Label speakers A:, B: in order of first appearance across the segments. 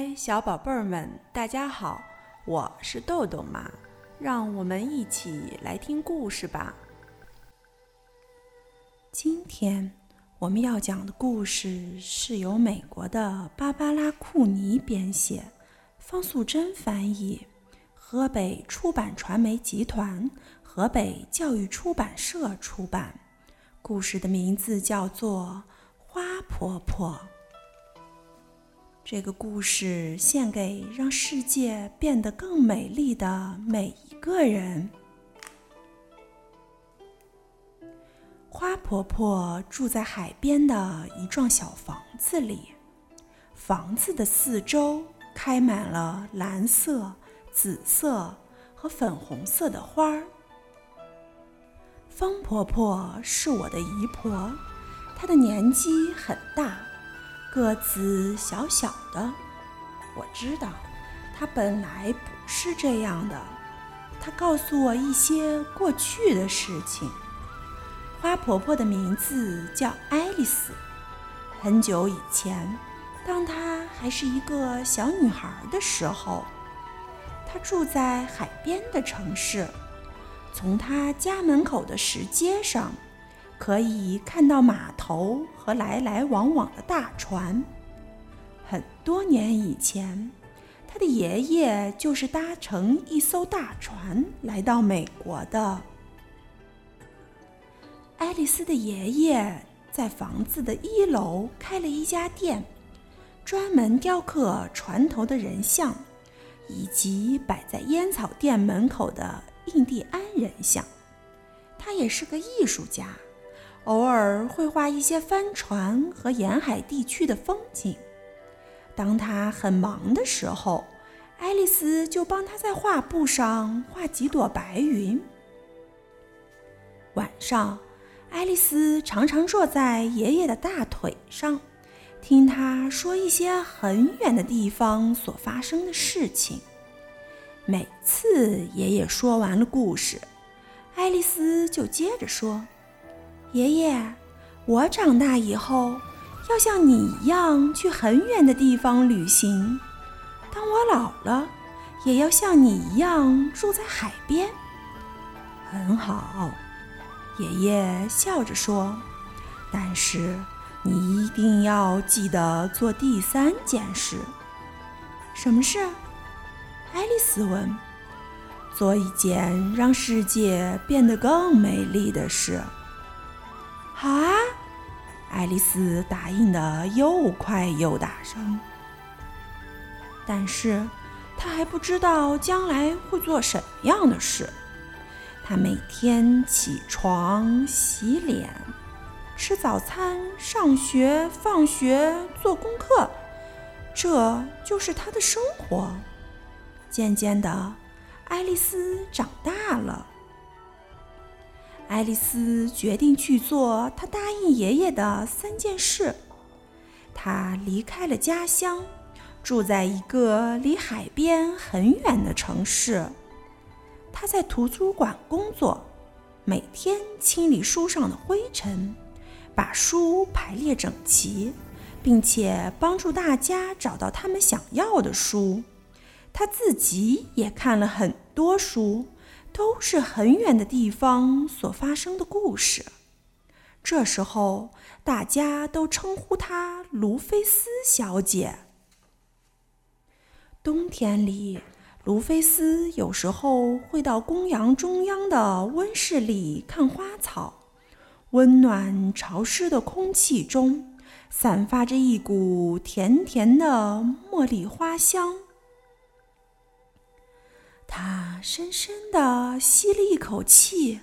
A: 嗨，小宝贝儿们，大家好，我是豆豆妈，让我们一起来听故事吧。今天我们要讲的故事是由美国的芭芭拉·库尼编写，方素珍翻译，河北出版传媒集团、河北教育出版社出版。故事的名字叫做《花婆婆》。这个故事献给让世界变得更美丽的每一个人。花婆婆住在海边的一幢小房子里，房子的四周开满了蓝色、紫色和粉红色的花儿。风婆婆是我的姨婆，她的年纪很大，个子小小的。我知道她本来不是这样的，她告诉我一些过去的事情。花婆婆的名字叫爱丽丝。很久以前，当她还是一个小女孩的时候，她住在海边的城市。从她家门口的石阶上，可以看到码头和来来往往的大船。很多年以前，她的爷爷就是搭乘一艘大船来到美国的。爱丽丝的爷爷在房子的1楼开了一家店，专门雕刻船头的人像，以及摆在烟草店门口的印第安人像。他也是个艺术家，偶尔会画一些帆船和沿海地区的风景。当他很忙的时候，爱丽丝就帮他在画布上画几朵白云。晚上，爱丽丝常常坐在爷爷的大腿上，听他说一些很远的地方所发生的事情。每次爷爷说完了故事，爱丽丝就接着说：爷爷，我长大以后要像你一样去很远的地方旅行。当我老了，也要像你一样住在海边。很好，爷爷笑着说，但是你一定要记得做第3件事。什么事？爱丽丝问。做一件让世界变得更美丽的事。好啊，爱丽丝答应得又快又大声。但是她还不知道将来会做什么样的事。她每天起床、洗脸、吃早餐、上学、放学、做功课，这就是她的生活。渐渐的，爱丽丝长大了。爱丽丝决定去做她答应爷爷的3件事。她离开了家乡，住在一个离海边很远的城市。她在图书馆工作，每天清理书上的灰尘，把书排列整齐，并且帮助大家找到他们想要的书。她自己也看了很多书，都是很远的地方所发生的故事。这时候，大家都称呼她卢菲斯小姐。冬天里，卢菲斯有时候会到公园中央的温室里看花草。温暖潮湿的空气中，散发着一股甜甜的茉莉花香。他深深地吸了一口气，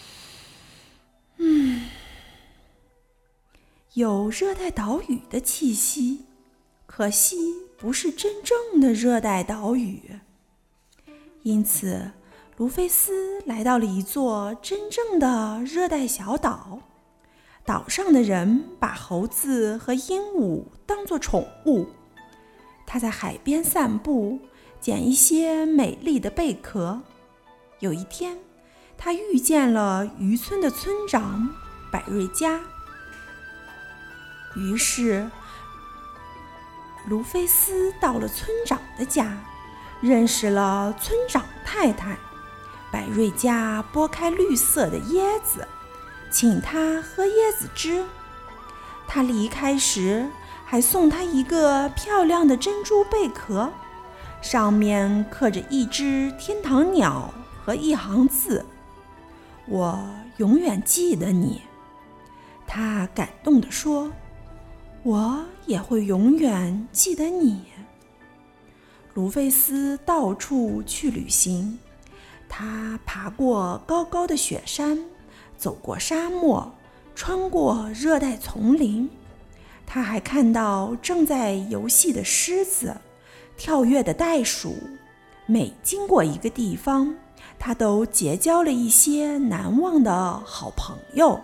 A: 有热带岛屿的气息，可惜不是真正的热带岛屿。因此，卢菲斯来到了一座真正的热带小岛。岛上的人把猴子和鹦鹉当作宠物。他在海边散步，捡一些美丽的贝壳。有一天，他遇见了渔村的村长百瑞佳。于是卢菲斯到了村长的家，认识了村长太太。百瑞佳剥开绿色的椰子，请他喝椰子汁。他离开时还送他一个漂亮的珍珠贝壳，上面刻着一只天堂鸟和一行字：我永远记得你。他感动地说：我也会永远记得你。卢菲斯到处去旅行，他爬过高高的雪山，走过沙漠，穿过热带丛林。他还看到正在游戏的狮子，跳跃的袋鼠。每经过一个地方，他都结交了一些难忘的好朋友。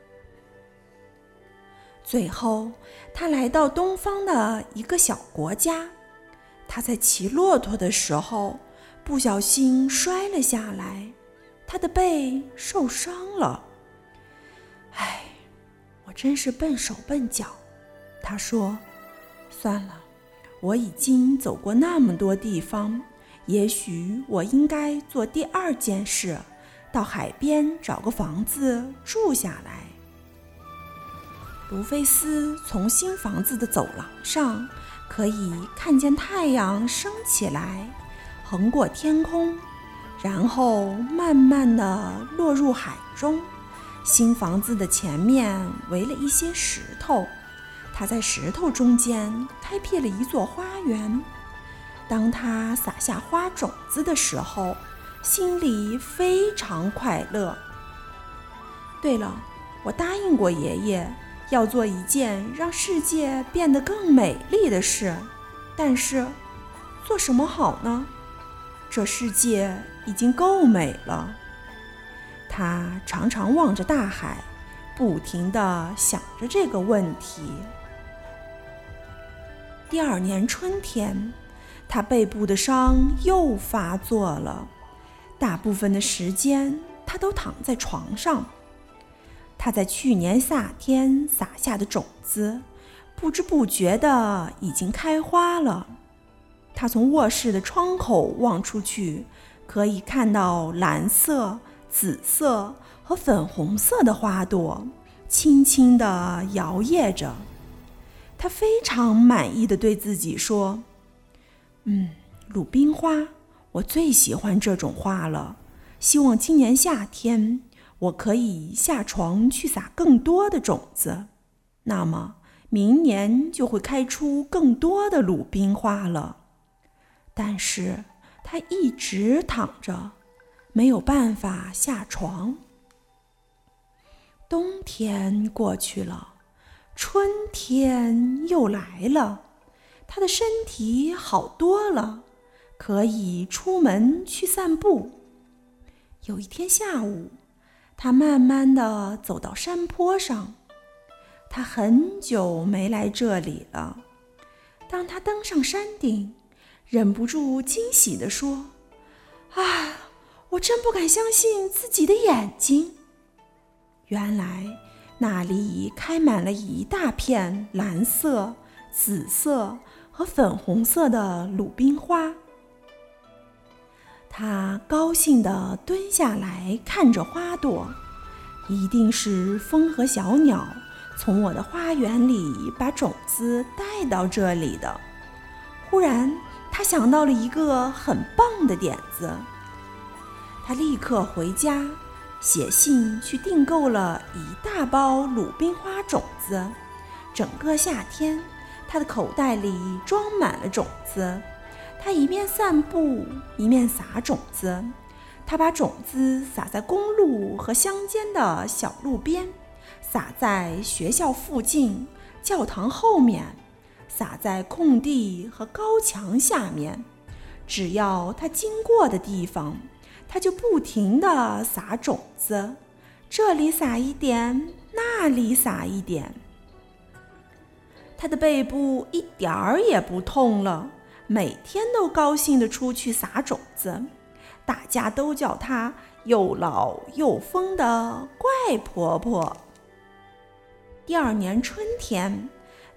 A: 最后，他来到东方的一个小国家。他在骑骆驼的时候，不小心摔了下来，他的背受伤了。唉，我真是笨手笨脚，他说。算了，我已经走过那么多地方，也许我应该做第二件事，到海边找个房子住下来。卢菲斯从新房子的走廊上可以看见太阳升起来，横过天空，然后慢慢地落入海中。新房子的前面围了一些石头，他在石头中间开辟了一座花园。当他撒下花种子的时候，心里非常快乐。对了，我答应过爷爷要做一件让世界变得更美丽的事，但是做什么好呢？这世界已经够美了。他常常望着大海，不停地想着这个问题。第二年春天，他背部的伤又发作了，大部分的时间他都躺在床上。他在去年夏天撒下的种子，不知不觉地已经开花了。他从卧室的窗口望出去，可以看到蓝色、紫色和粉红色的花朵轻轻地摇曳着。他非常满意地对自己说：鲁冰花，我最喜欢这种花了。希望今年夏天我可以下床去撒更多的种子，那么明年就会开出更多的鲁冰花了。但是他一直躺着，没有办法下床。冬天过去了，春天又来了，他的身体好多了，可以出门去散步。有一天下午，他慢慢地走到山坡上。他很久没来这里了。当他登上山顶，忍不住惊喜地说：我真不敢相信自己的眼睛。原来那里开满了一大片蓝色、紫色和粉红色的鲁冰花。他高兴地蹲下来看着花朵，一定是风和小鸟从我的花园里把种子带到这里的。忽然，他想到了一个很棒的点子。他立刻回家，写信去订购了一大包鲁冰花种子。整个夏天，他的口袋里装满了种子。他一面散步，一面撒种子。他把种子撒在公路和乡间的小路边，撒在学校附近、教堂后面，撒在空地和高墙下面。只要他经过的地方，他就不停地撒种子，这里撒一点，那里撒一点。他的背部一点儿也不痛了，每天都高兴地出去撒种子。大家都叫她又老又疯的怪婆婆。第二年春天，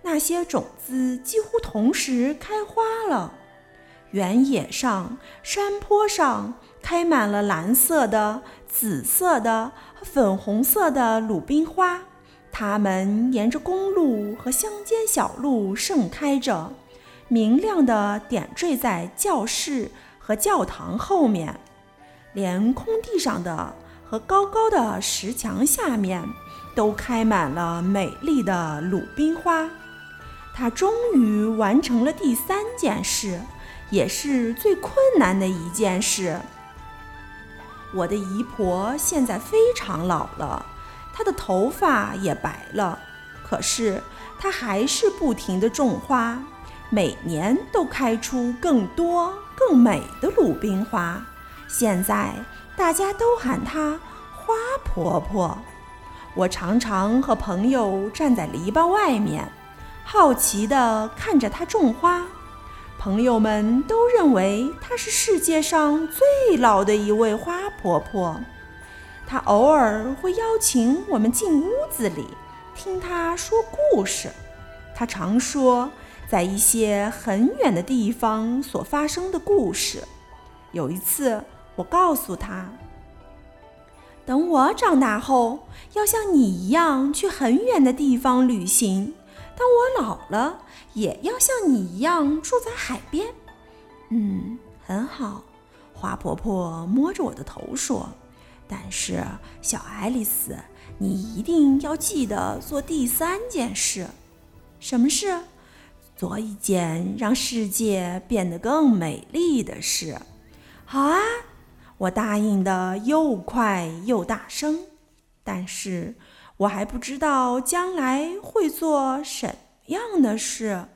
A: 那些种子几乎同时开花了。原野上、山坡上开满了蓝色的、紫色的和粉红色的鲁冰花，它们沿着公路和乡间小路盛开着，明亮地点缀在教室和教堂后面，连空地上的和高高的石墙下面都开满了美丽的鲁冰花。他终于完成了第3件事，也是最困难的一件事。我的姨婆现在非常老了，她的头发也白了，可是她还是不停地种花，每年都开出更多更美的鲁冰花。现在大家都喊她花婆婆。我常常和朋友站在篱笆外面，好奇地看着她种花。朋友们都认为她是世界上最老的一位花婆婆。她偶尔会邀请我们进屋子里，听她说故事。她常说在一些很远的地方所发生的故事。有一次，我告诉她，等我长大后，要像你一样去很远的地方旅行。当我老了，也要像你一样住在海边。很好，花婆婆摸着我的头说，但是小爱丽丝，你一定要记得做第3件事。什么事？做一件让世界变得更美丽的事。好啊，我答应的又快又大声，但是我还不知道将来会做什么样的事。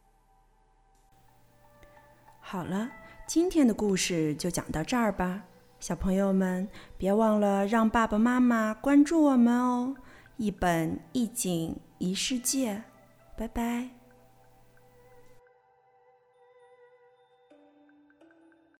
A: 好了，今天的故事就讲到这儿吧。小朋友们，别忘了让爸爸妈妈关注我们哦。一本一景一世界，拜拜。